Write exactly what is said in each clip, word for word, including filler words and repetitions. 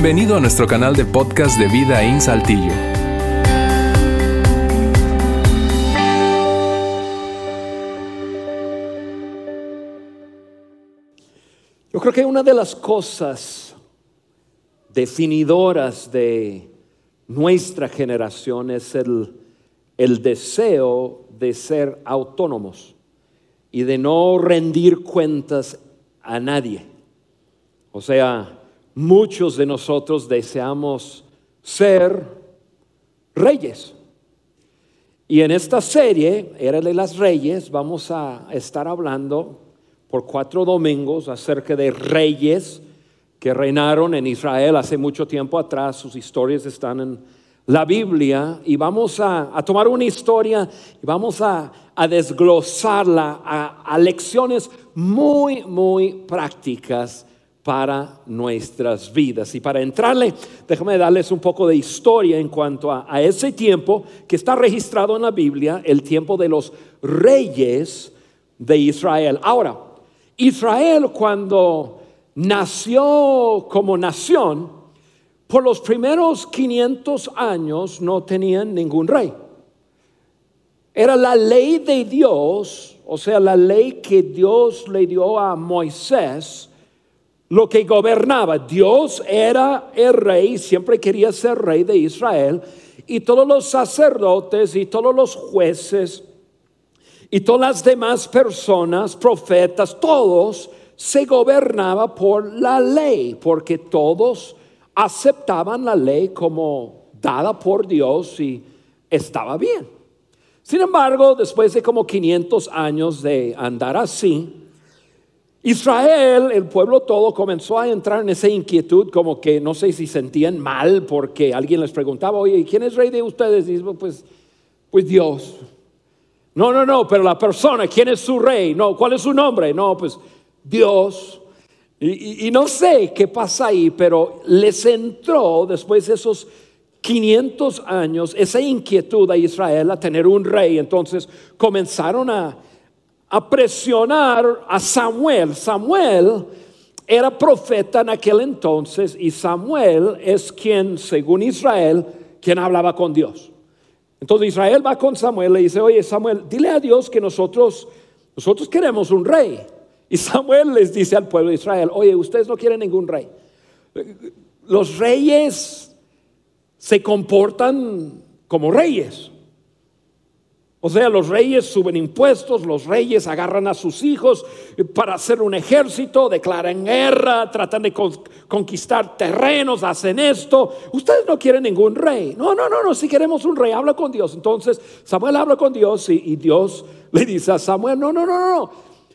Bienvenido a nuestro canal de podcast de Vida en Saltillo. Yo creo que una de las cosas definidoras de nuestra generación es el, el deseo de ser autónomos y de no rendir cuentas a nadie. O sea, muchos de nosotros deseamos ser reyes. Y en esta serie, Era de las Reyes, vamos a estar hablando por cuatro domingos acerca de reyes que reinaron en Israel hace mucho tiempo atrás. Sus historias están en la Biblia y vamos a, a tomar una historia y vamos a, a desglosarla a, a lecciones muy, muy prácticas para nuestras vidas. Y para entrarle, déjame darles un poco de historia en cuanto a, a ese tiempo que está registrado en la Biblia, el tiempo de los reyes de Israel. Ahora, Israel, cuando nació como nación, por los primeros quinientos años no tenían ningún rey. Era la ley de Dios, o sea, la ley que Dios le dio a Moisés, lo que gobernaba. Dios era el rey, siempre quería ser rey de Israel, y todos los sacerdotes y todos los jueces y todas las demás personas, profetas, todos se gobernaba por la ley, porque todos aceptaban la ley como dada por Dios y estaba bien. Sin embargo, después de como quinientos años de andar así, Israel, el pueblo todo, comenzó a entrar en esa inquietud, como que no sé si sentían mal porque alguien les preguntaba, oye, ¿quién es rey de ustedes? Y pues, pues Dios. No, no, no, pero la persona, ¿quién es su rey? No, ¿cuál es su nombre? No, pues Dios. Y, y, y no sé qué pasa ahí, pero les entró después de esos quinientos años esa inquietud a Israel a tener un rey. Entonces comenzaron a, a presionar a Samuel. Samuel era profeta en aquel entonces y Samuel es quien, según Israel, quien hablaba con Dios. Entonces Israel va con Samuel y le dice, oye Samuel, dile a Dios que nosotros, nosotros queremos un rey. Y Samuel les dice al pueblo de Israel, oye, ustedes no quieren ningún rey. Los reyes se comportan como reyes. O sea, los reyes suben impuestos, los reyes agarran a sus hijos para hacer un ejército, declaran guerra, tratan de conquistar terrenos, hacen esto. Ustedes no quieren ningún rey. No, no, no, no, si queremos un rey, habla con Dios. Entonces Samuel habla con Dios y, y Dios le dice a Samuel, no, no, no, no.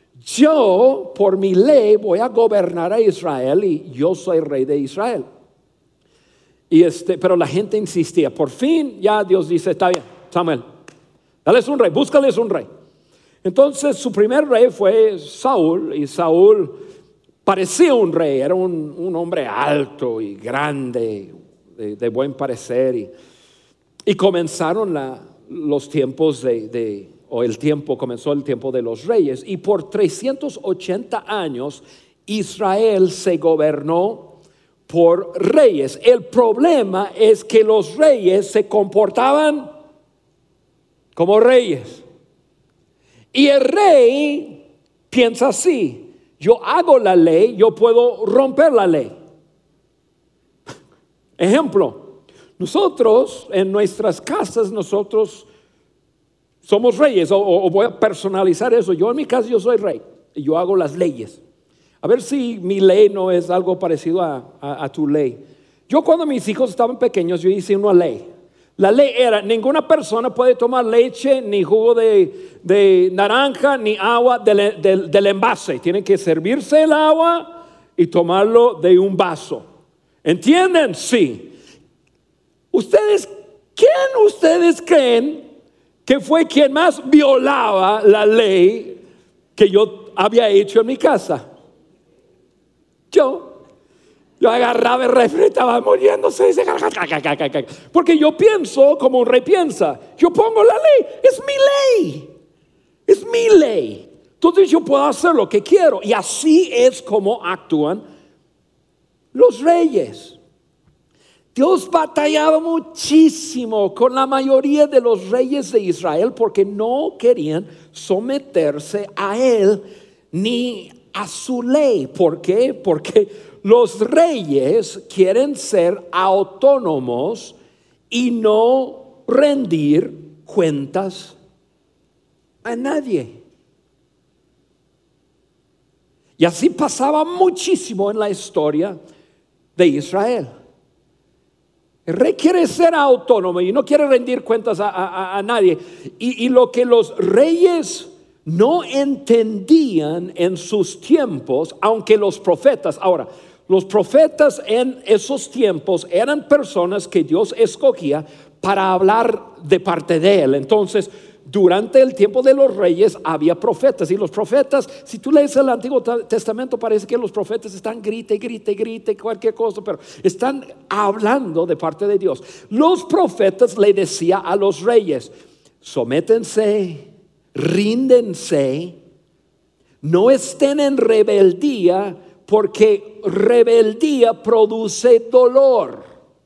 Yo por mi ley voy a gobernar a Israel y yo soy rey de Israel. Y este, pero la gente insistía. Por fin ya Dios dice, está bien, Samuel, dales un rey, búscales un rey. Entonces su primer rey fue Saúl, y Saúl parecía un rey, era un, un hombre alto y grande, de, de buen parecer. Y, y comenzaron la, los tiempos de, de, o el tiempo, comenzó el tiempo de los reyes. Y por trescientos ochenta años Israel se gobernó por reyes. El problema es que los reyes se comportaban como reyes. Y el rey piensa así, yo hago la ley, yo puedo romper la ley. Ejemplo, nosotros en nuestras casas, nosotros somos reyes, o, o voy a personalizar eso. Yo en mi casa yo soy rey y yo hago las leyes. A ver si mi ley no es algo parecido a, a, a tu ley. Yo cuando mis hijos estaban pequeños, yo hice una ley. La ley era, ninguna persona puede tomar leche, ni jugo de, de naranja, ni agua del, del, del envase. Tienen que servirse el agua y tomarlo de un vaso. ¿Entienden? Sí. ¿Ustedes, quién ustedes creen que fue quien más violaba la ley que yo había hecho en mi casa? Yo. Yo agarraba el refri, estaba muriéndose. Porque yo pienso como un rey piensa. Yo pongo la ley, es mi ley. Es mi ley. Entonces yo puedo hacer lo que quiero. Y así es como actúan los reyes. Dios batallaba muchísimo con la mayoría de los reyes de Israel porque no querían someterse a Él ni a su ley. ¿Por qué? Porque los reyes quieren ser autónomos y no rendir cuentas a nadie. Y así pasaba muchísimo en la historia de Israel. El rey quiere ser autónomo y no quiere rendir cuentas a, a, a nadie. Y, y lo que los reyes no entendían en sus tiempos, aunque los profetas, ahora, los profetas en esos tiempos eran personas que Dios escogía para hablar de parte de Él. Entonces, durante el tiempo de los reyes había profetas, y los profetas, si tú lees el Antiguo Testamento, parece que los profetas están grite, grite, grite, cualquier cosa, pero están hablando de parte de Dios. Los profetas le decían a los reyes: sométense, ríndense, no estén en rebeldía, porque rebeldía produce dolor.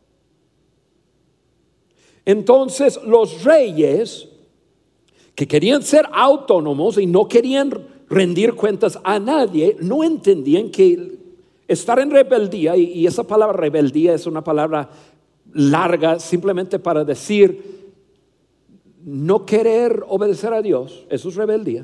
Entonces los reyes, que querían ser autónomos y no querían rendir cuentas a nadie, no entendían que estar en rebeldía, y, y esa palabra rebeldía es una palabra larga simplemente para decir no querer obedecer a Dios. Eso es rebeldía.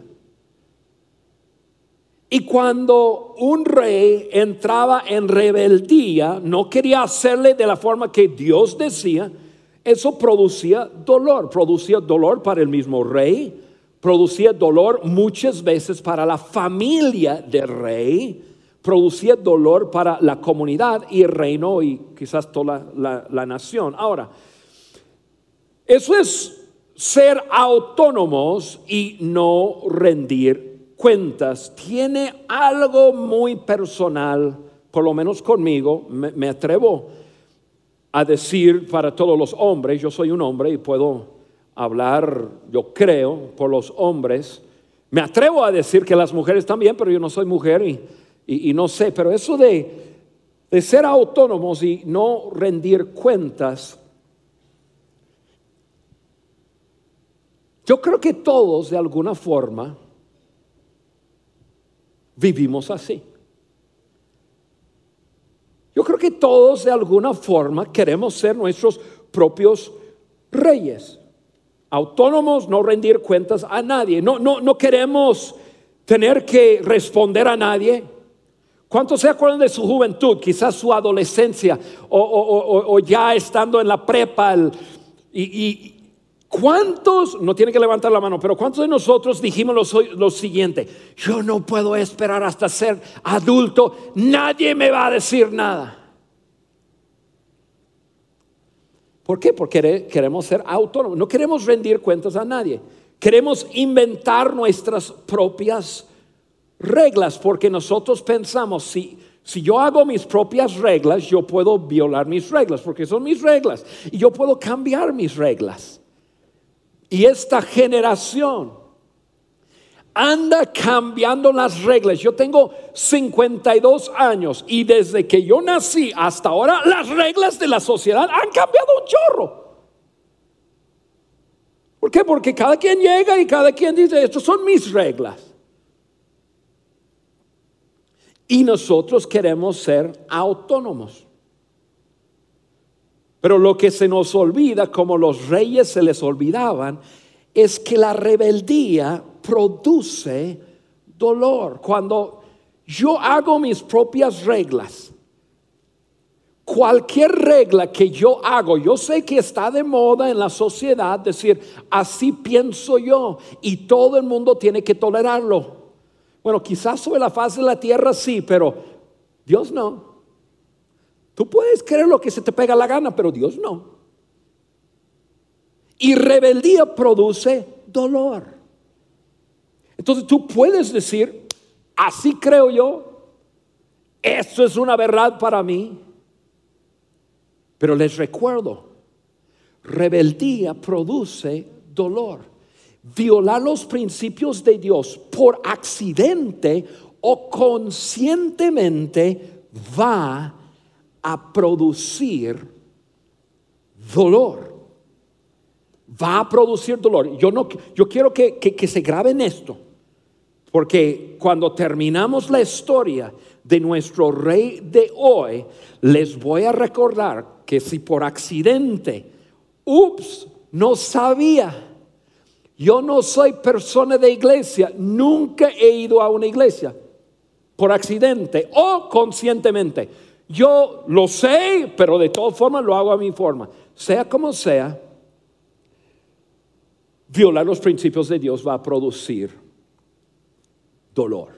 Y cuando un rey entraba en rebeldía, no quería hacerle de la forma que Dios decía, eso producía dolor, producía dolor para el mismo rey, producía dolor muchas veces para la familia del rey, producía dolor para la comunidad y el reino y quizás toda la, la, la nación. Ahora, eso es ser autónomos y no rendir cuentas. Tiene algo muy personal, por lo menos conmigo, me, me atrevo a decir para todos los hombres. Yo soy un hombre y puedo hablar, yo creo, por los hombres. Me atrevo a decir que las mujeres también, pero yo no soy mujer y, y, y no sé. Pero eso de, de ser autónomos y no rendir cuentas, yo creo que todos de alguna forma vivimos así. Yo creo que todos de alguna forma queremos ser nuestros propios reyes, autónomos, no rendir cuentas a nadie. No, no, no queremos tener que responder a nadie. ¿Cuántos se acuerdan de su juventud, quizás su adolescencia o, o, o, o ya estando en la prepa? El, y, y ¿cuántos, no tiene que levantar la mano, pero cuántos de nosotros dijimos lo, lo siguiente: yo no puedo esperar hasta ser adulto, nadie me va a decir nada? ¿Por qué? Porque queremos ser autónomos, no queremos rendir cuentas a nadie, queremos inventar nuestras propias reglas, porque nosotros pensamos, si, si yo hago mis propias reglas, yo puedo violar mis reglas, porque son mis reglas, y yo puedo cambiar mis reglas. Y esta generación anda cambiando las reglas. Yo tengo cincuenta y dos años y desde que yo nací hasta ahora las reglas de la sociedad han cambiado un chorro. ¿Por qué? Porque cada quien llega y cada quien dice: estas son mis reglas. Y nosotros queremos ser autónomos. Pero lo que se nos olvida, como los reyes se les olvidaban, es que la rebeldía produce dolor. Cuando yo hago mis propias reglas, cualquier regla que yo hago, yo sé que está de moda en la sociedad decir: así pienso yo, y todo el mundo tiene que tolerarlo. Bueno, quizás sobre la faz de la tierra sí, pero Dios no. Tú puedes creer lo que se te pega la gana, pero Dios no. Y rebeldía produce dolor. Entonces tú puedes decir: así creo yo, esto es una verdad para mí. Pero les recuerdo, rebeldía produce dolor. Violar los principios de Dios por accidente o conscientemente va a producir dolor. Va a producir dolor. Yo, no, yo quiero que, que, que se graben esto, porque cuando terminamos la historia de nuestro rey de hoy, les voy a recordar que si por accidente, ups, no sabía, yo no soy persona de iglesia, nunca he ido a una iglesia, por accidente o conscientemente. Yo lo sé, pero de todas formas lo hago a mi forma. Sea como sea, violar los principios de Dios va a producir dolor.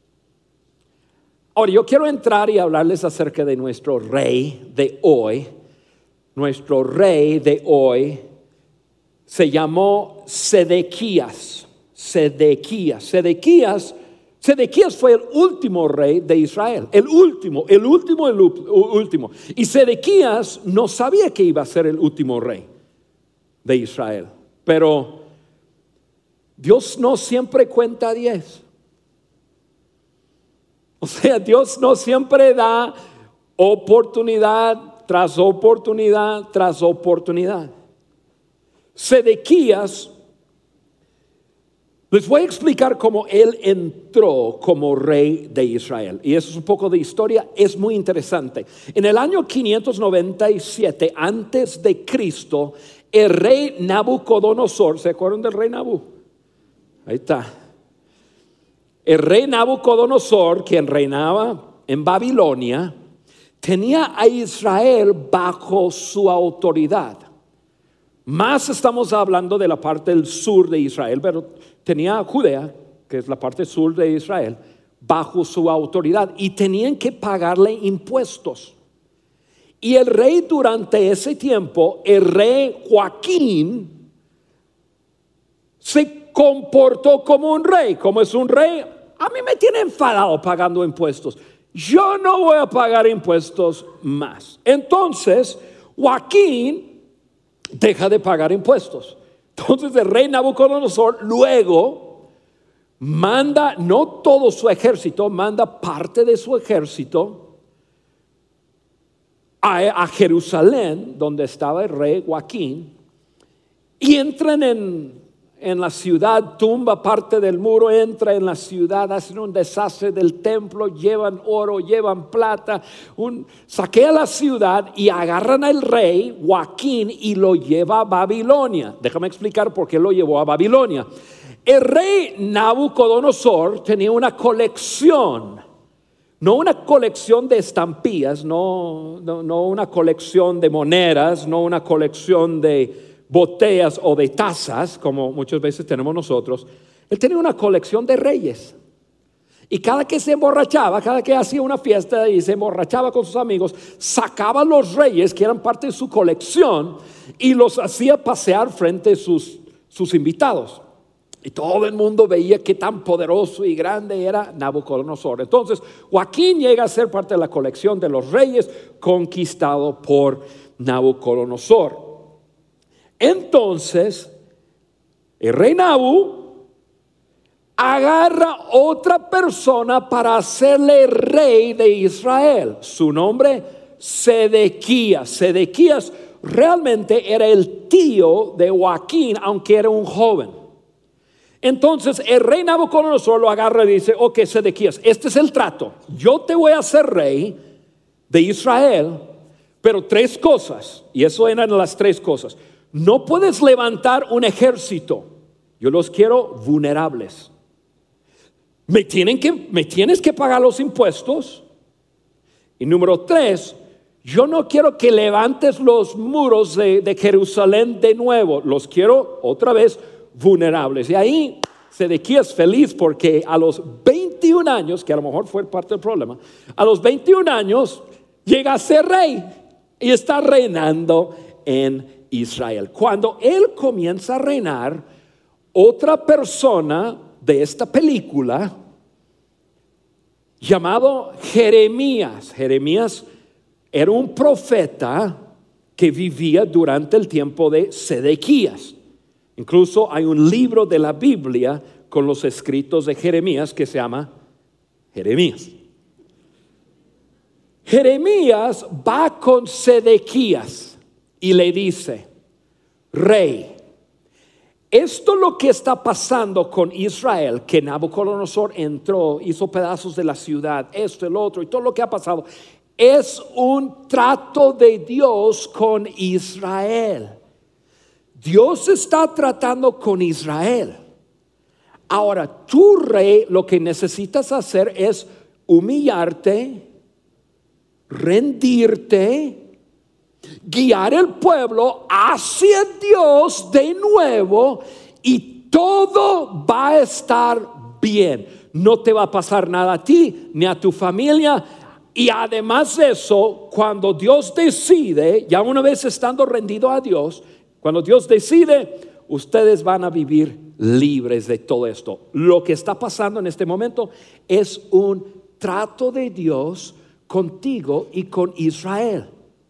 Ahora yo quiero entrar y hablarles acerca de nuestro rey de hoy. Nuestro rey de hoy se llamó Sedequías. Sedequías. Sedequías. Sedequías fue el último rey de Israel. El último, el último, el último. Y Sedequías no sabía que iba a ser el último rey de Israel. Pero Dios no siempre cuenta diez. O sea, Dios no siempre da oportunidad tras oportunidad tras oportunidad. Sedequías, les voy a explicar cómo él entró como rey de Israel. Y eso es un poco de historia, es muy interesante. En el año quinientos noventa y siete antes de Cristo, el rey Nabucodonosor, ¿se acuerdan del rey Nabú? Ahí está. El rey Nabucodonosor, quien reinaba en Babilonia, tenía a Israel bajo su autoridad. Más estamos hablando de la parte del sur de Israel, pero tenía a Judea, que es la parte sur de Israel, bajo su autoridad y tenían que pagarle impuestos. Y el rey durante ese tiempo, el rey Joaquín, se comportó como un rey. Como es un rey, a mí me tiene enfadado pagando impuestos. Yo no voy a pagar impuestos más. Entonces Joaquín deja de pagar impuestos. Entonces el rey Nabucodonosor luego manda, no todo su ejército, manda parte de su ejército a, a Jerusalén, donde estaba el rey Joaquín, y entran en en la ciudad, tumba parte del muro, entra en la ciudad, hacen un desastre del templo, llevan oro, llevan plata, un, saquea la ciudad y agarran al rey Joaquín y lo lleva a Babilonia. Déjame explicar por qué lo llevó a Babilonia. El rey Nabucodonosor tenía una colección, no una colección de estampillas, no, no, no una colección de monedas, no una colección de botellas o de tazas, como muchas veces tenemos nosotros. Él tenía una colección de reyes. Y cada que se emborrachaba, cada que hacía una fiesta y se emborrachaba con sus amigos, sacaba los reyes que eran parte de su colección y los hacía pasear frente a sus, sus invitados. Y todo el mundo veía qué tan poderoso y grande era Nabucodonosor. Entonces Joaquín llega a ser parte de la colección de los reyes conquistado por Nabucodonosor. Entonces el rey Nabú agarra otra persona para hacerle rey de Israel. Su nombre, Sedequías. Sedequías realmente era el tío de Joaquín, aunque era un joven. Entonces el rey Nabucodonosor lo agarra y dice: ok, Sedequías, este es el trato. Yo te voy a hacer rey de Israel, pero tres cosas. Y eso eran las tres cosas. No puedes levantar un ejército. Yo los quiero vulnerables. Me, tienen que, me tienes que pagar los impuestos. Y número tres, yo no quiero que levantes los muros de, de Jerusalén de nuevo. Los quiero otra vez vulnerables. Y ahí Sedequías feliz porque a los veintiún años, que a lo mejor fue parte del problema, a los veintiún años llega a ser rey y está reinando en Israel. Cuando él comienza a reinar, otra persona de esta película llamado Jeremías. Jeremías era un profeta que vivía durante el tiempo de Sedequías. Incluso hay un libro de la Biblia con los escritos de Jeremías que se llama Jeremías. Jeremías va con Sedequías y le dice: Rey, esto es lo que está pasando con Israel, que Nabucodonosor entró, hizo pedazos de la ciudad, esto, el otro, y todo lo que ha pasado, es un trato de Dios con Israel. Dios está tratando con Israel. Ahora, tú, rey, lo que necesitas hacer es humillarte, rendirte, guiar el pueblo hacia Dios de nuevo, y todo va a estar bien. No te va a pasar nada a ti ni a tu familia. Y además de eso, cuando Dios decide, ya una vez estando rendido a Dios, cuando Dios decide, ustedes van a vivir libres de todo esto. Lo que está pasando en este momento es un trato de Dios contigo y con Israel.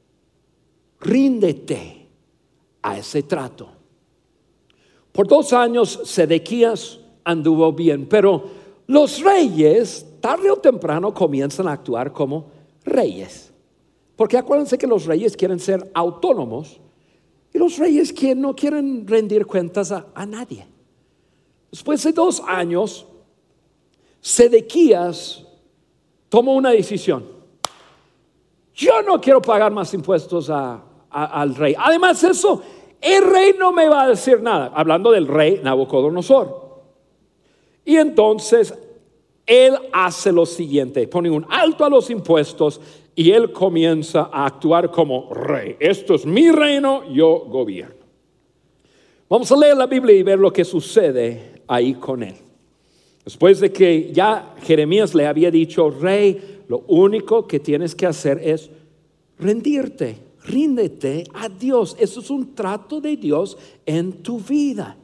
Ríndete a ese trato. Por dos años Sedequías anduvo bien, pero los reyes tarde o temprano comienzan a actuar como reyes, porque acuérdense que los reyes quieren ser autónomos, y los reyes que no quieren rendir cuentas a, a nadie. Después de dos años, Sedequías tomó una decisión: yo no quiero pagar más impuestos a, a, al rey. Además de eso, el rey no me va a decir nada. Hablando del rey Nabucodonosor. Y entonces él hace lo siguiente: pone un alto a los impuestos y él comienza a actuar como rey. Esto es mi reino, yo gobierno. Vamos a leer la Biblia y ver lo que sucede ahí con él. Después de que ya Jeremías le había dicho: rey, lo único que tienes que hacer es rendirte, ríndete a Dios. Eso es un trato de Dios en tu vida.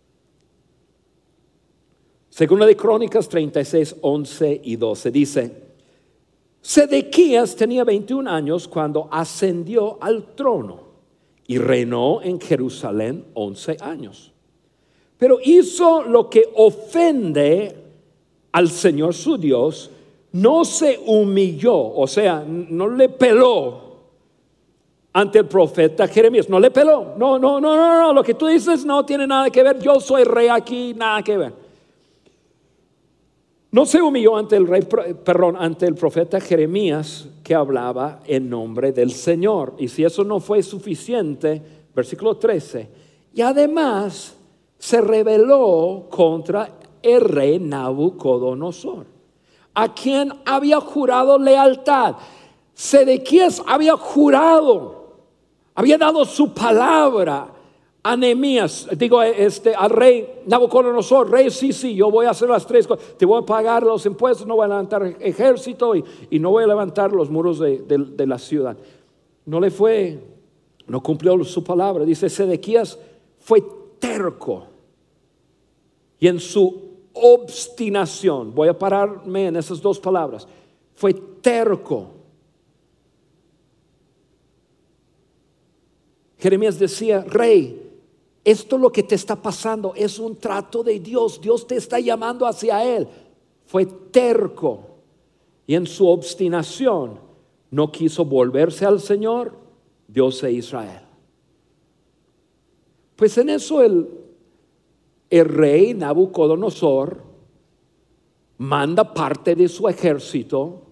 Segunda de Crónicas treinta y seis, once y doce dice: Sedequías tenía veintiún años cuando ascendió al trono y reinó en Jerusalén once años. Pero hizo lo que ofende al Señor su Dios, no se humilló, o sea, no le peló ante el profeta Jeremías, no le peló. No, no, no, no, no, lo que tú dices no tiene nada que ver, yo soy rey aquí, nada que ver. No se humilló ante el rey, perdón, ante el profeta Jeremías, que hablaba en nombre del Señor. Y si eso no fue suficiente, versículo trece, y además se rebeló contra el rey Nabucodonosor, a quien había jurado lealtad. Sedequías había jurado, había dado su palabra a Nehemías, digo este, al rey Nabucodonosor: rey, sí, sí, yo voy a hacer las tres cosas, te voy a pagar los impuestos, no voy a levantar ejército y, y no voy a levantar los muros de, de, de la ciudad. No le fue, no cumplió su palabra. Dice: Sedequías fue terco, y en su obstinación, voy a pararme en esas dos palabras, fue terco. Jeremías decía: rey, esto es lo que te está pasando, es un trato de Dios, Dios te está llamando hacia Él. Fue terco, y en su obstinación no quiso volverse al Señor, Dios de Israel. Pues en eso el, el rey Nabucodonosor manda parte de su ejército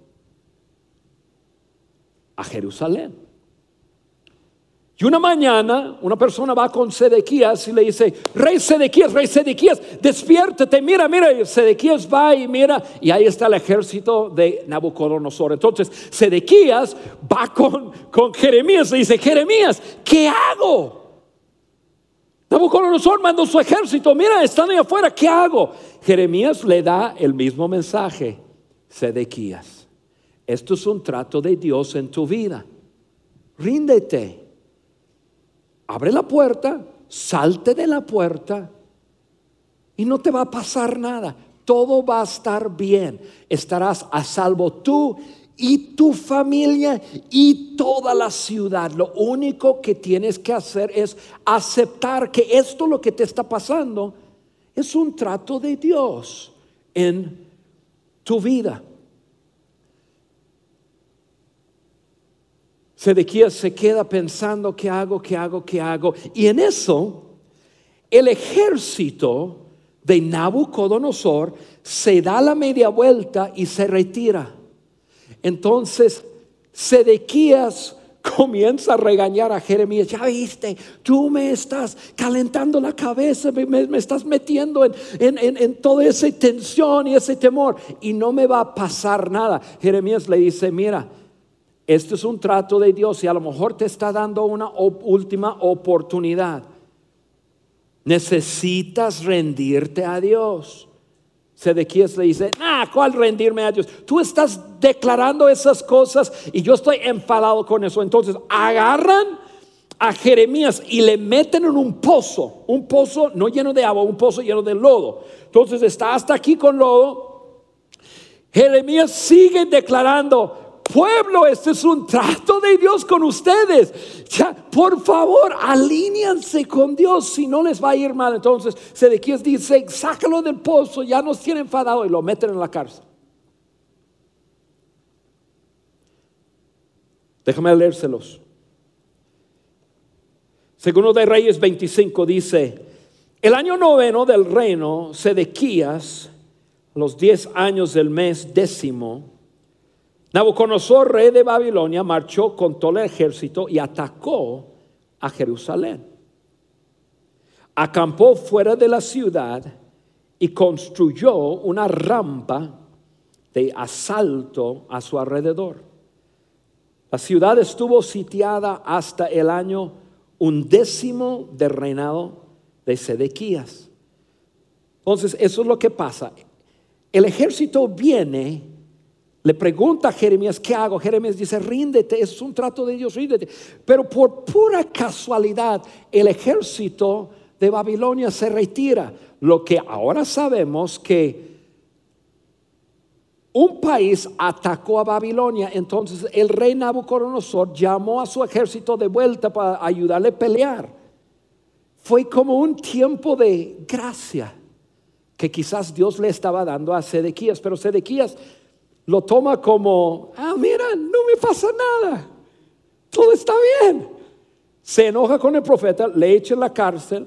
a Jerusalén. Y una mañana una persona va con Sedequías y le dice: rey Sedequías, rey Sedequías, despiértate, mira, mira. Y Sedequías va y mira, y ahí está el ejército de Nabucodonosor. Entonces Sedequías va con, con Jeremías y dice: Jeremías, ¿qué hago? Nabucodonosor mandó su ejército, mira, están ahí afuera, ¿qué hago? Jeremías le da el mismo mensaje: Sedequías, esto es un trato de Dios en tu vida. Ríndete, abre la puerta, salte de la puerta y no te va a pasar nada. Todo va a estar bien. Estarás a salvo tú y tu familia y toda la ciudad. Lo único que tienes que hacer es aceptar que esto, lo que te está pasando, es un trato de Dios en tu vida. Sedequías se queda pensando, ¿qué hago? ¿Qué hago? ¿Qué hago? Y en eso, el ejército de Nabucodonosor se da la media vuelta y se retira. Entonces, Sedequías comienza a regañar a Jeremías. Ya viste, tú me estás calentando la cabeza, me, me estás metiendo en, en, en, en toda esa tensión y ese temor, y no me va a pasar nada. Jeremías le dice, mira, esto es un trato de Dios y a lo mejor te está dando una op- última oportunidad. Necesitas rendirte a Dios. Sedequías le dice, ah, ¿cuál rendirme a Dios? Tú estás declarando esas cosas y yo estoy enfadado con eso. Entonces agarran a Jeremías y le meten en un pozo. Un pozo no lleno de agua, un pozo lleno de lodo. Entonces está hasta aquí con lodo. Jeremías sigue declarando, pueblo, este es un trato de Dios con ustedes. Ya, por favor, alíñense con Dios, si no les va a ir mal. Entonces Sedequías dice, sácalo del pozo, ya nos tiene enfadado, y lo meten en la cárcel. Déjame leérselos. Segundo de Reyes veinticinco dice, el año noveno del reino Sedequías, los diez años del mes décimo, Nabucodonosor, rey de Babilonia, marchó con todo el ejército y atacó a Jerusalén. Acampó fuera de la ciudad y construyó una rampa de asalto a su alrededor. La ciudad estuvo sitiada hasta el año undécimo del reinado de Sedequías. Entonces, eso es lo que pasa. El ejército viene. Le pregunta a Jeremías, ¿qué hago? Jeremías dice, ríndete, es un trato de Dios, ríndete. Pero por pura casualidad, el ejército de Babilonia se retira. Lo que ahora sabemos que un país atacó a Babilonia. Entonces el rey Nabucodonosor llamó a su ejército de vuelta para ayudarle a pelear. Fue como un tiempo de gracia que quizás Dios le estaba dando a Sedequías. Pero Sedequías lo toma como, ah, mira, no me pasa nada, todo está bien. Se enoja con el profeta, le echa en la cárcel.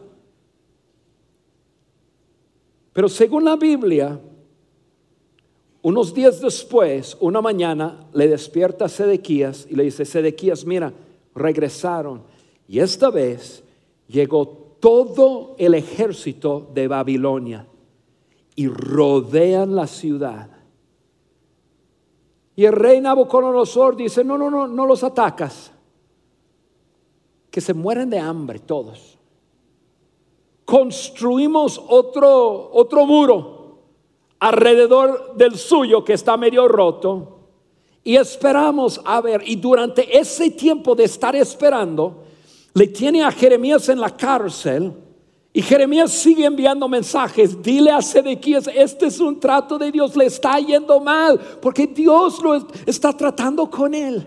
Pero según la Biblia, unos días después, una mañana, le despierta a Sedequías y le dice, Sedequías, mira, regresaron. Y esta vez llegó todo el ejército de Babilonia y rodean la ciudad. Y el rey Nabucodonosor dice, no, no, no, no los atacas. Que se mueren de hambre todos. Construimos otro, otro muro alrededor del suyo que está medio roto. Y esperamos a ver. Y durante ese tiempo de estar esperando, le tiene a Jeremías en la cárcel. Y Jeremías sigue enviando mensajes. Dile a Sedequías, este es un trato de Dios, le está yendo mal, porque Dios lo está tratando con él.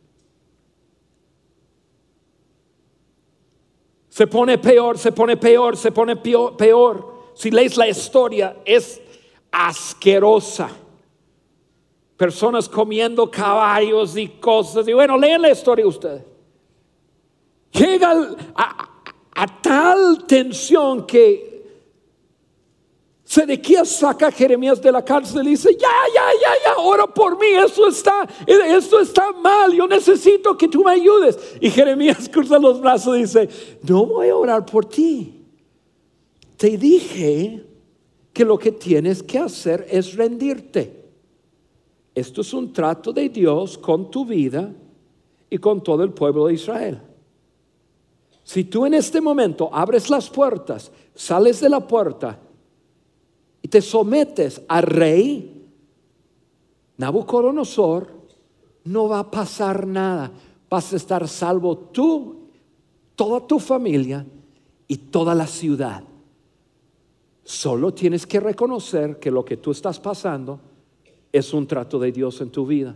Se pone peor, se pone peor, se pone peor, peor. Si lees la historia, es asquerosa. Personas comiendo caballos y cosas. Y bueno, lean la historia ustedes. Llega a... a tal tensión que Sedequías saca a Jeremías de la cárcel y dice, ya, ya, ya, ya, ora por mí, esto está, esto está mal, yo necesito que tú me ayudes. Y Jeremías cruza los brazos y dice, no voy a orar por ti. Te dije que lo que tienes que hacer es rendirte. Esto es un trato de Dios con tu vida y con todo el pueblo de Israel. Si tú en este momento abres las puertas, sales de la puerta y te sometes al rey Nabucodonosor, no va a pasar nada. Vas a estar salvo tú, toda tu familia y toda la ciudad. Solo tienes que reconocer que lo que tú estás pasando es un trato de Dios en tu vida.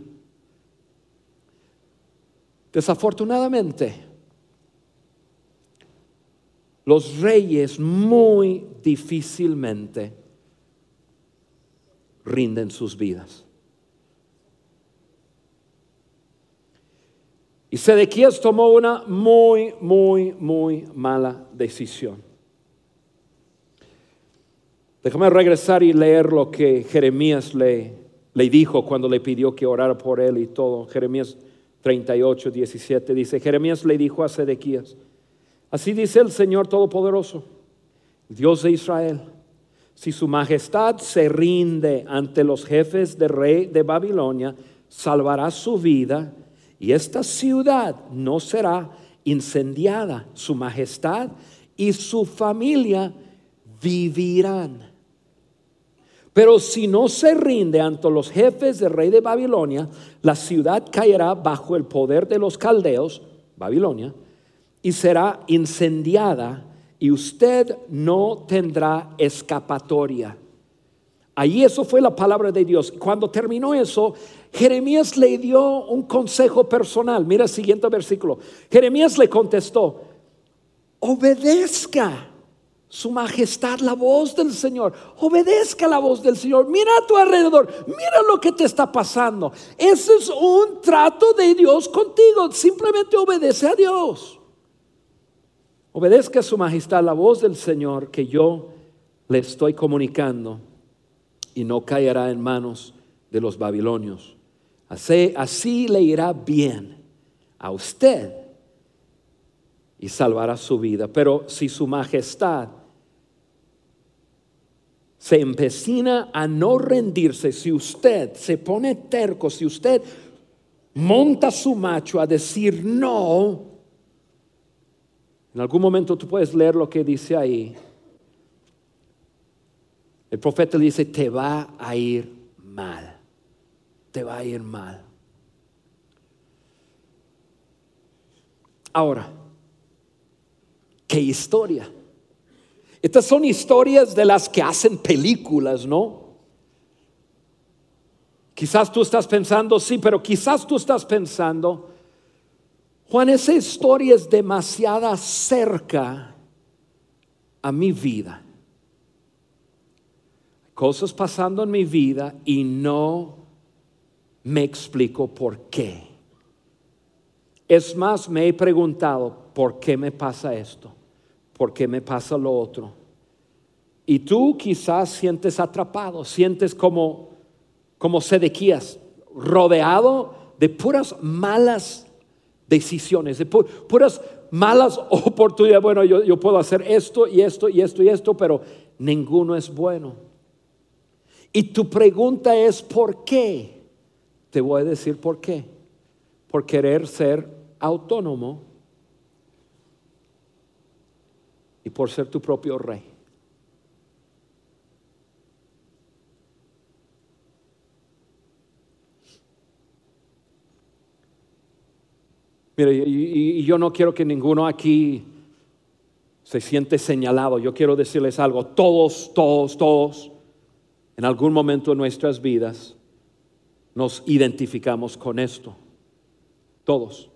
Desafortunadamente, los reyes muy difícilmente rinden sus vidas. Y Sedequías tomó una muy, muy, muy mala decisión. Déjame regresar y leer lo que Jeremías le, le dijo cuando le pidió que orara por él y todo. Jeremías treinta y ocho, diecisiete dice: Jeremías le dijo a Sedequías: así dice el Señor Todopoderoso, Dios de Israel, si su majestad se rinde ante los jefes del rey de Babilonia, salvará su vida y esta ciudad no será incendiada. Su majestad y su familia vivirán. Pero si no se rinde ante los jefes del rey de Babilonia, la ciudad caerá bajo el poder de los caldeos, Babilonia, y será incendiada, y usted no tendrá escapatoria. Ahí eso fue la palabra de Dios. Cuando terminó eso, Jeremías le dio un consejo personal. Mira el siguiente versículo. Jeremías le contestó: obedezca su majestad la voz del Señor. Obedezca la voz del Señor. Mira a tu alrededor, mira lo que te está pasando. Ese es un trato de Dios contigo. Simplemente obedece a Dios. Obedezca a su majestad la voz del Señor que yo le estoy comunicando, y no caerá en manos de los babilonios. Así, así le irá bien a usted y salvará su vida. Pero si su majestad se empecina a no rendirse, si usted se pone terco, si usted monta su macho a decir no, en algún momento tú puedes leer lo que dice ahí. El profeta le dice: te va a ir mal, te va a ir mal. Ahora, ¿qué historia? Estas son historias de las que hacen películas, ¿no? Quizás tú estás pensando, sí, pero quizás tú estás pensando: Juan, esa historia es demasiado cerca a mi vida. Cosas pasando en mi vida y no me explico por qué. Es más, me he preguntado: ¿por qué me pasa esto? ¿Por qué me pasa lo otro? Y tú quizás sientes atrapado, sientes como, como Sedequías, rodeado de puras malas decisiones, de pu- puras malas oportunidades. Bueno, yo, yo puedo hacer esto y esto y esto y esto, pero ninguno es bueno. Y tu pregunta es: ¿por qué? Te voy a decir por qué. Por querer ser autónomo y por ser tu propio rey. Mire, y, y, y yo no quiero que ninguno aquí se siente señalado. Yo quiero decirles algo: todos, todos, todos, en algún momento de nuestras vidas nos identificamos con esto. Todos.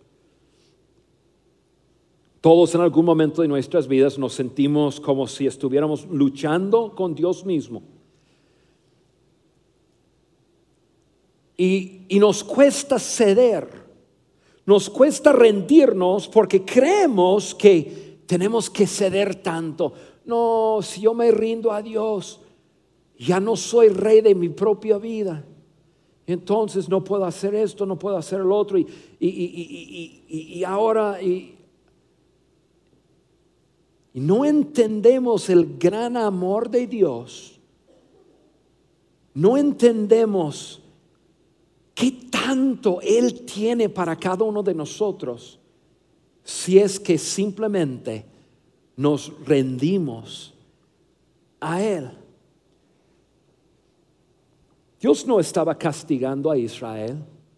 Todos en algún momento de nuestras vidas nos sentimos como si estuviéramos luchando con Dios mismo. Y, y nos cuesta ceder, nos cuesta rendirnos porque creemos que tenemos que ceder tanto. No, si yo me rindo a Dios, ya no soy rey de mi propia vida. Entonces no puedo hacer esto, no puedo hacer el otro. Y, y, y, y, y, y ahora... Y, Y no entendemos el gran amor de Dios. No entendemos qué tanto Él tiene para cada uno de nosotros, si es que simplemente nos rendimos a Él. Dios no estaba castigando a Israel.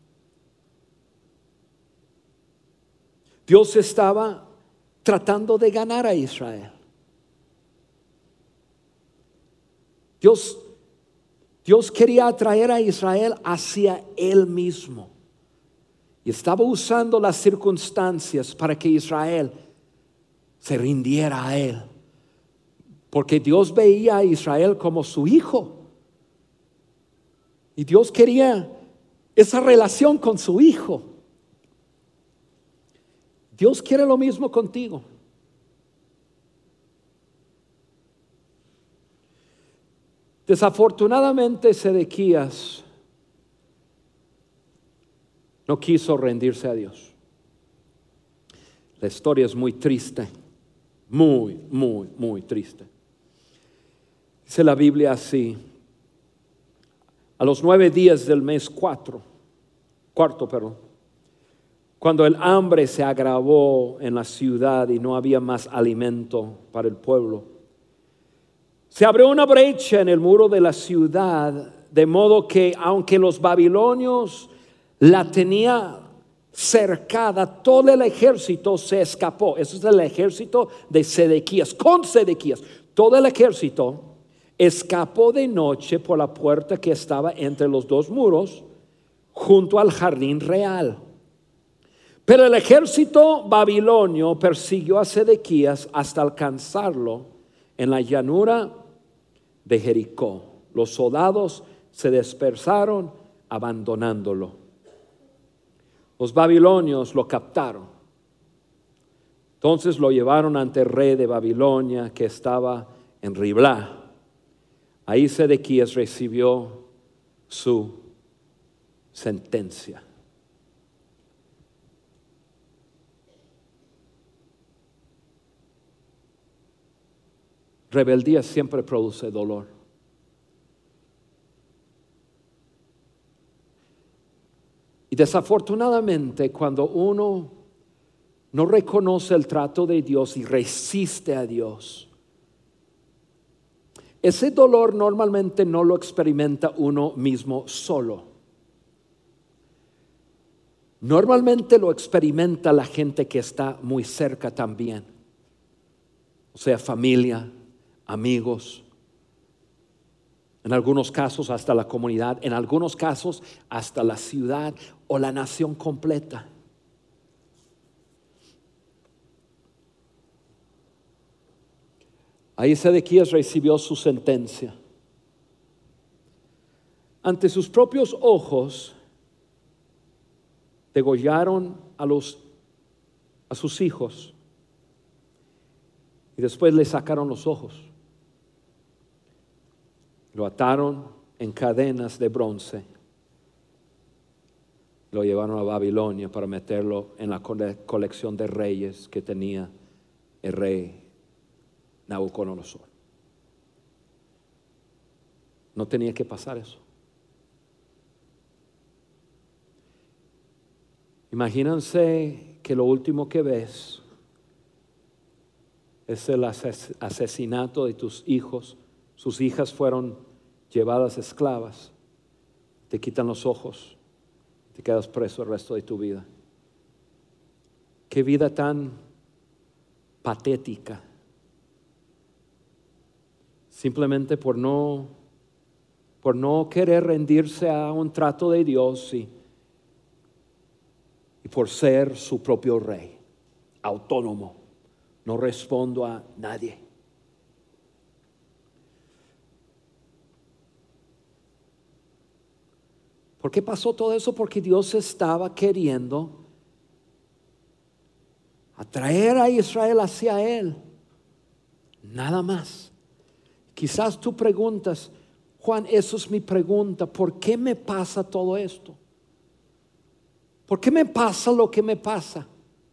Dios estaba tratando de ganar a Israel. Dios, Dios quería atraer a Israel hacia Él mismo. Y estaba usando las circunstancias para que Israel se rindiera a Él. Porque Dios veía a Israel como su hijo. Y Dios quería esa relación con su hijo. Dios quiere lo mismo contigo. Desafortunadamente, Sedequías no quiso rendirse a Dios. La historia es muy triste, muy, muy, muy triste. Dice la Biblia así: a los nueve días del mes cuatro, cuarto, perdón, cuando el hambre se agravó en la ciudad y no había más alimento para el pueblo, se abrió una brecha en el muro de la ciudad, de modo que aunque los babilonios la tenían cercada, todo el ejército se escapó. Eso es el ejército de Sedequías, con Sedequías. Todo el ejército escapó de noche por la puerta que estaba entre los dos muros, junto al jardín real. Pero el ejército babilonio persiguió a Sedequías hasta alcanzarlo en la llanura de Jericó. Los soldados se dispersaron abandonándolo. Los babilonios lo captaron. Entonces lo llevaron ante el rey de Babilonia, que estaba en Riblá. Ahí Sedequías recibió su sentencia. Rebeldía siempre produce dolor. Y desafortunadamente, cuando uno no reconoce el trato de Dios y resiste a Dios, ese dolor normalmente no lo experimenta uno mismo solo. Normalmente lo experimenta la gente que está muy cerca también. O sea, familia, amigos, en algunos casos hasta la comunidad, en algunos casos hasta la ciudad o la nación completa. Ahí Sedequías recibió su sentencia. Ante sus propios ojos degollaron a los a sus hijos y después le sacaron los ojos. Lo ataron en cadenas de bronce. Lo llevaron a Babilonia para meterlo en la colección de reyes que tenía el rey Nabucodonosor. No tenía que pasar eso. Imagínense que lo último que ves es el ases- asesinato de tus hijos. Sus hijas fueron llevadas esclavas. Te quitan los ojos. Te quedas preso el resto de tu vida. Qué vida tan patética. Simplemente por no, por no querer rendirse a un trato de Dios y, y por ser su propio rey, autónomo. No respondo a nadie. ¿Por qué pasó todo eso? Porque Dios estaba queriendo atraer a Israel hacia Él. Nada más. Quizás tú preguntas, Juan, eso es mi pregunta, ¿por qué me pasa todo esto? ¿Por qué me pasa lo que me pasa?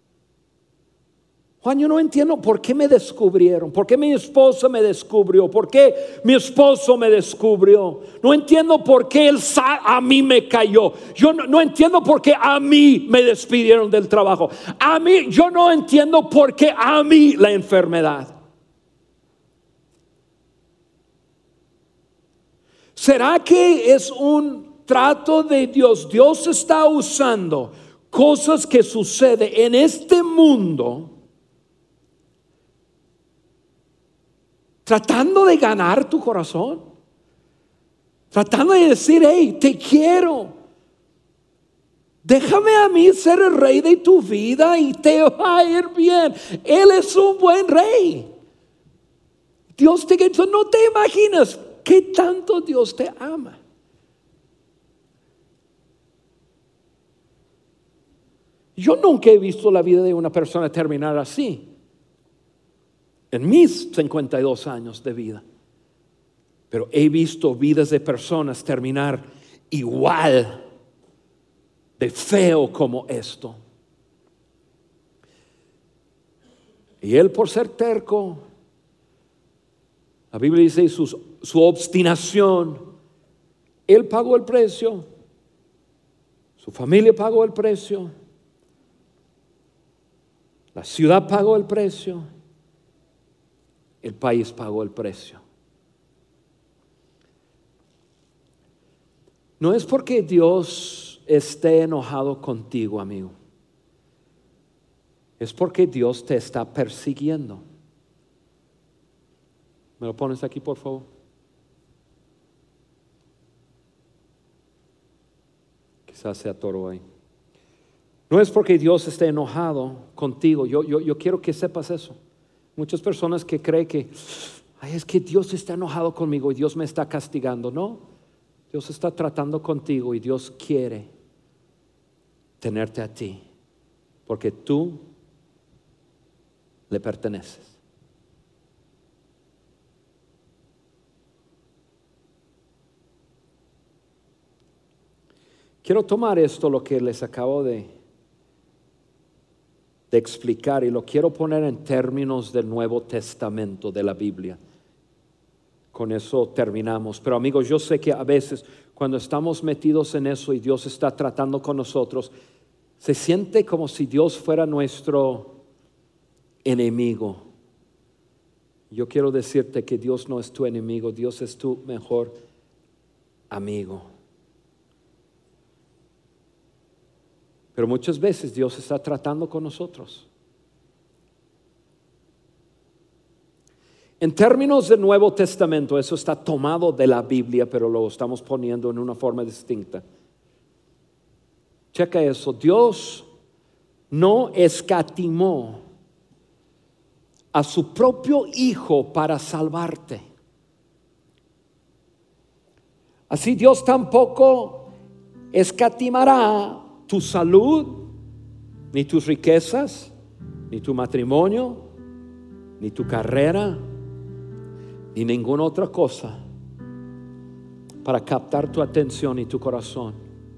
Juan, yo no entiendo por qué me descubrieron, por qué mi esposa me descubrió, por qué mi esposo me descubrió. No entiendo por qué él a mí me cayó. Yo no, no entiendo por qué a mí me despidieron del trabajo. A mí, yo no entiendo por qué a mí la enfermedad. ¿Será que es un trato de Dios? Dios está usando cosas que suceden en este mundo, tratando de ganar tu corazón, tratando de decir, hey, te quiero, déjame a mí ser el rey de tu vida y te va a ir bien. Él es un buen rey. Dios te quiere. No te imaginas qué tanto Dios te ama. Yo nunca he visto la vida de una persona terminar así en mis cincuenta y dos años de vida, pero he visto vidas de personas terminar igual de feo como esto. Y él, por ser terco, la Biblia dice su, su obstinación, él pagó el precio, su familia pagó el precio, la ciudad pagó el precio, el país pagó el precio. No es porque Dios esté enojado contigo, amigo. Es porque Dios te está persiguiendo. ¿Me lo pones aquí, por favor? Quizás se atoró ahí. No es porque Dios esté enojado contigo. Yo, yo, yo quiero que sepas eso. Muchas personas que creen que ay, es que Dios está enojado conmigo y Dios me está castigando. No, Dios está tratando contigo y Dios quiere tenerte a ti, porque tú le perteneces. Quiero tomar esto, lo que les acabo de, de explicar, y lo quiero poner en términos del Nuevo Testamento de la Biblia. Con eso terminamos. Pero amigos, yo sé que a veces cuando estamos metidos en eso y Dios está tratando con nosotros, se siente como si Dios fuera nuestro enemigo. Yo quiero decirte que Dios no es tu enemigo, Dios es tu mejor amigo. Pero muchas veces Dios está tratando con nosotros. En términos del Nuevo Testamento, eso está tomado de la Biblia, pero lo estamos poniendo en una forma distinta. Checa eso. Dios no escatimó a su propio Hijo para salvarte. Así Dios tampoco escatimará tu salud, ni tus riquezas, ni tu matrimonio, ni tu carrera, ni ninguna otra cosa para captar tu atención y tu corazón.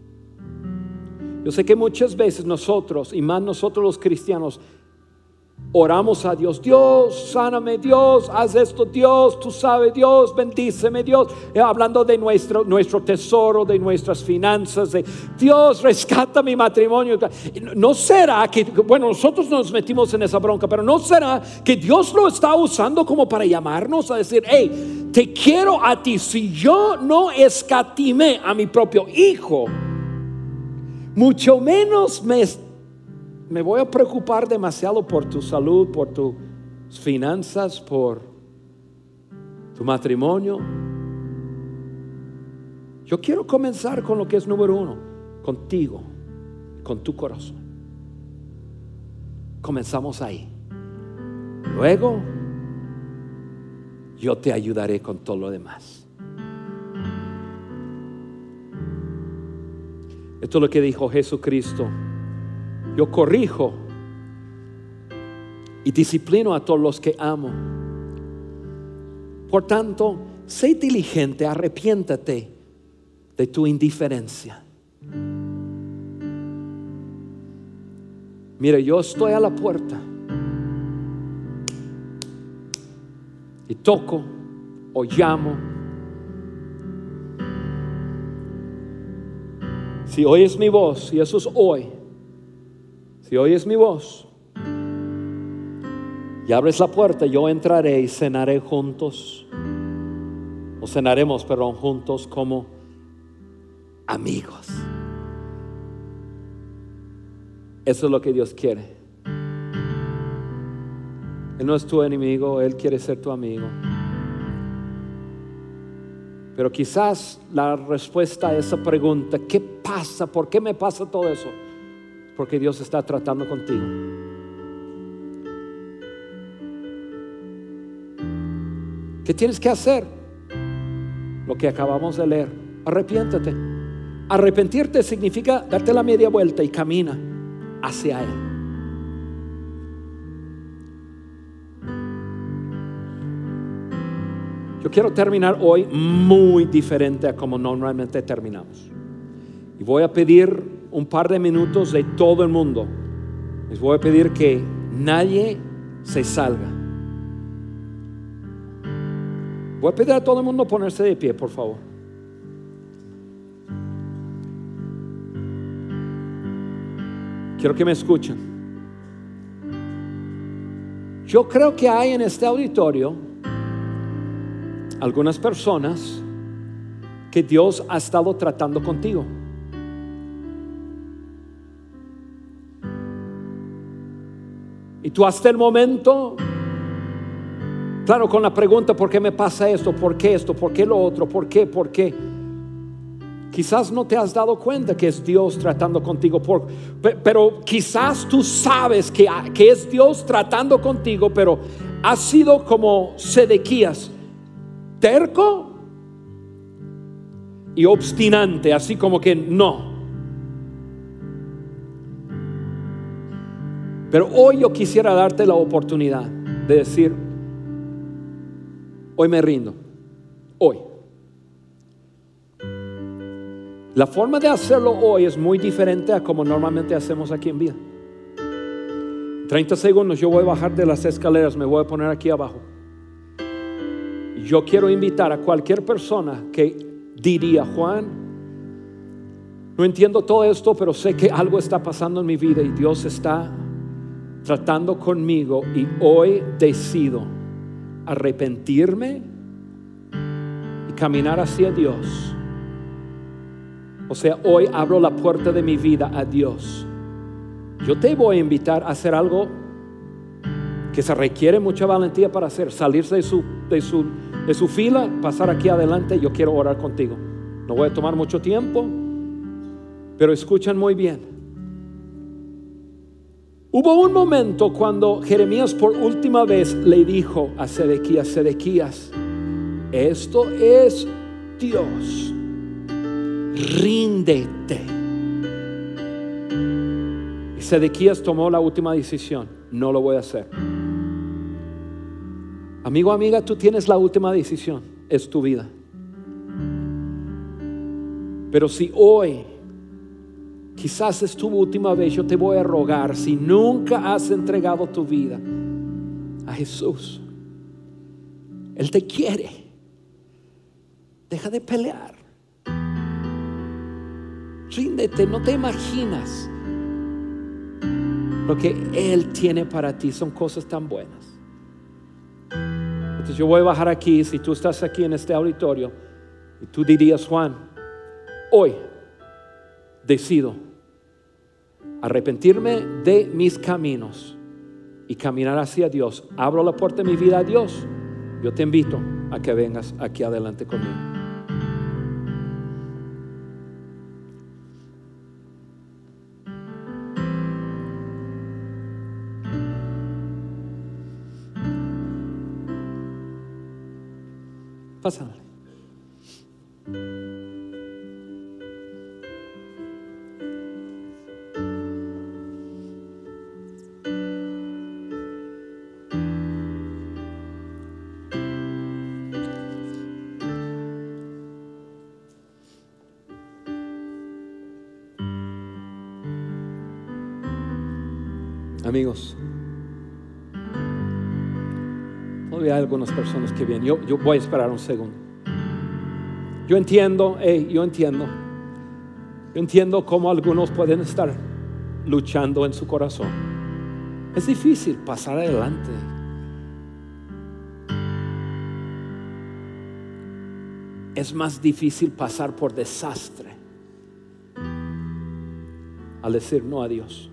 Yo sé que muchas veces nosotros, y más nosotros los cristianos, oramos a Dios: Dios, sáname, Dios, haz esto, Dios, tú sabes, Dios, bendíceme, Dios, eh, hablando de nuestro, nuestro tesoro, de nuestras finanzas, de Dios, rescata mi matrimonio. ¿No será que, bueno, nosotros nos metimos en esa bronca, pero no será que Dios lo está usando como para llamarnos a decir: hey, te quiero a ti? Si yo no escatimé a mi propio Hijo, mucho menos me Me voy a preocupar demasiado por tu salud, por tus finanzas, por tu matrimonio. Yo quiero comenzar con lo que es número uno, contigo, con tu corazón. Comenzamos ahí. Luego, yo te ayudaré con todo lo demás. Esto es lo que dijo Jesucristo: yo corrijo y disciplino a todos los que amo. Por tanto, sé diligente, arrepiéntate de tu indiferencia. Mire, yo estoy a la puerta y toco o llamo. Si oyes mi voz, y eso es hoy, si oyes mi voz y abres la puerta, yo entraré y cenaré juntos, o cenaremos, perdón, juntos como amigos. Eso es lo que Dios quiere. Él no es tu enemigo, Él quiere ser tu amigo. Pero quizás la respuesta a esa pregunta, ¿qué pasa? ¿Por qué me pasa todo eso? Porque Dios está tratando contigo. ¿Qué tienes que hacer? Lo que acabamos de leer: arrepiéntate. Arrepentirte significa darte la media vuelta y camina. hacia Él. Yo quiero terminar hoy muy diferente a como normalmente terminamos. Y voy a pedir un par de minutos de todo el mundo. Les voy a pedir que nadie se salga. Voy a pedir a todo el mundo ponerse de pie, por favor. Quiero que me escuchen. Yo creo que hay en este auditorio algunas personas que Dios ha estado tratando contigo. Y tú hasta el momento, claro, con la pregunta, ¿por qué me pasa esto? ¿Por qué esto? ¿Por qué lo otro? ¿Por qué? ¿Por qué? Quizás no te has dado cuenta que es Dios tratando contigo, por, pero quizás tú sabes que, que es Dios tratando contigo, pero has sido como Sedequías, terco y obstinante, así como que no. Pero hoy yo quisiera darte la oportunidad de decir: hoy me rindo, hoy. La forma de hacerlo hoy es muy diferente a como normalmente hacemos aquí en Vida. treinta segundos yo voy a bajar de las escaleras, me voy a poner aquí abajo. Yo quiero invitar a cualquier persona que diría: Juan, no entiendo todo esto, pero sé que algo está pasando en mi vida y Dios está tratando conmigo, y hoy decido arrepentirme y caminar hacia Dios. O sea, hoy abro la puerta de mi vida a Dios. Yo te voy a invitar a hacer algo que se requiere mucha valentía para hacer: salirse de su, de su, de su fila, pasar aquí adelante. Yo quiero orar contigo. No voy a tomar mucho tiempo, pero escuchan muy bien. Hubo un momento cuando Jeremías por última vez le dijo a Sedequías: Sedequías, esto es Dios, ríndete. Y Sedequías tomó la última decisión: no lo voy a hacer. Amigo, amiga, tú tienes la última decisión, es tu vida. Pero si hoy quizás es tu última vez, yo te voy a rogar, si nunca has entregado tu vida a Jesús, Él te quiere. Deja de pelear. Ríndete, no te imaginas lo que Él tiene para ti. Son cosas tan buenas. Entonces yo voy a bajar aquí. Si tú estás aquí en este auditorio y tú dirías: Juan, hoy decido arrepentirme de mis caminos y caminar hacia Dios, abro la puerta de mi vida a Dios, yo te invito a que vengas aquí adelante conmigo. Pásale. Amigos, todavía hay algunas personas que vienen. Yo, yo voy a esperar un segundo. Yo entiendo, hey, yo entiendo. Yo entiendo cómo algunos pueden estar luchando en su corazón. Es difícil pasar adelante. Es más difícil pasar por desastre al decir no a Dios.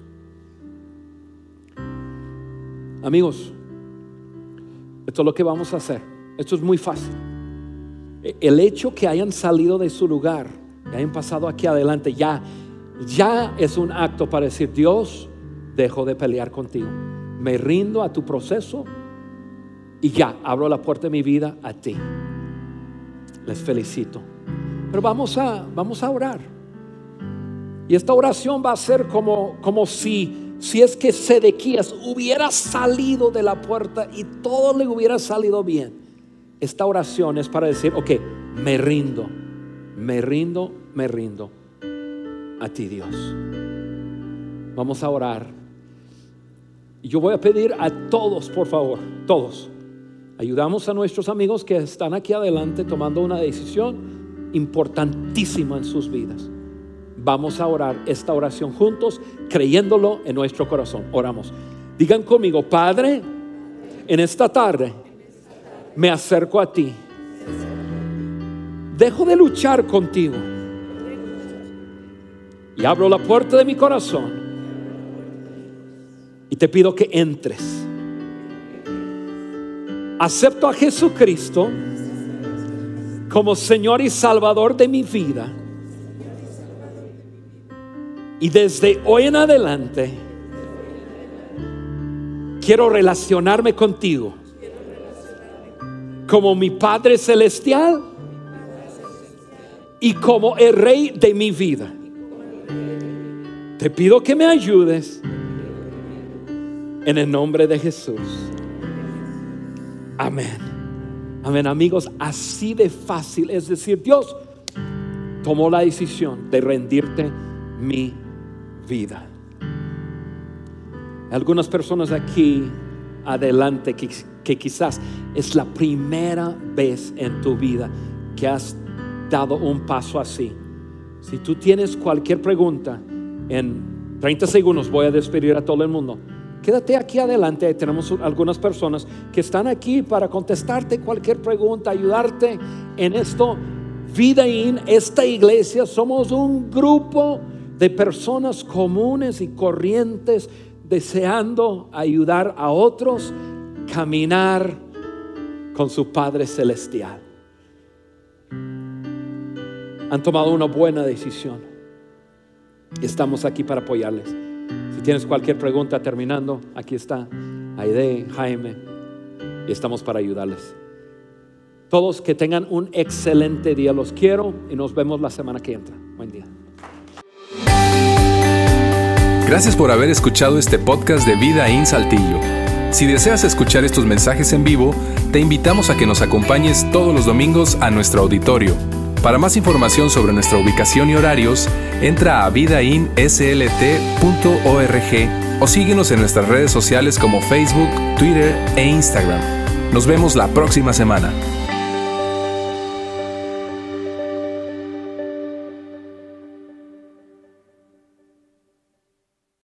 Amigos, esto es lo que vamos a hacer. Esto es muy fácil. El hecho que hayan salido de su lugar, que hayan pasado aquí adelante, ya, ya es un acto para decir: Dios, dejo de pelear contigo, me rindo a tu proceso y ya abro la puerta de mi vida a ti. Les felicito. Pero vamos a, vamos a orar. Y esta oración va a ser como, como si, si es que Sedequías hubiera salido de la puerta y todo le hubiera salido bien. Esta oración es para decir, ok, me rindo, me rindo, me rindo a ti, Dios. Vamos a orar. Y yo voy a pedir a todos, por favor, todos, ayudamos a nuestros amigos que están aquí adelante tomando una decisión importantísima en sus vidas. Vamos a orar esta oración juntos, creyéndolo en nuestro corazón. Oramos. Digan conmigo: Padre, en esta tarde me acerco a ti. Dejo de luchar contigo y abro la puerta de mi corazón y te pido que entres. Acepto a Jesucristo como Señor y Salvador de mi vida. Y desde hoy en adelante quiero relacionarme contigo como mi Padre Celestial y como el Rey de mi vida. Te pido que me ayudes en el nombre de Jesús. Amén. Amén, amigos, así de fácil es decir: Dios, tomó la decisión de rendirte mi vida. Algunas personas aquí adelante que, que quizás es la primera vez en tu vida que has dado un paso así. Si tú tienes cualquier pregunta, en treinta segundos voy a despedir a todo el mundo. Quédate aquí adelante, tenemos algunas personas que están aquí para contestarte cualquier pregunta, ayudarte en esto. Vida In, esta iglesia, somos un grupo de personas comunes y corrientes deseando ayudar a otros caminar con su Padre Celestial. Han tomado una buena decisión. Estamos aquí para apoyarles. Si tienes cualquier pregunta terminando, aquí está Aide, Jaime, y estamos para ayudarles. Todos que tengan un excelente día. Los quiero y nos vemos la semana que entra. Buen día. Gracias por haber escuchado este podcast de Vida In Saltillo. Si deseas escuchar estos mensajes en vivo, te invitamos a que nos acompañes todos los domingos a nuestro auditorio. Para más información sobre nuestra ubicación y horarios, entra a vida in s l t punto org o síguenos en nuestras redes sociales como Facebook, Twitter e Instagram. Nos vemos la próxima semana.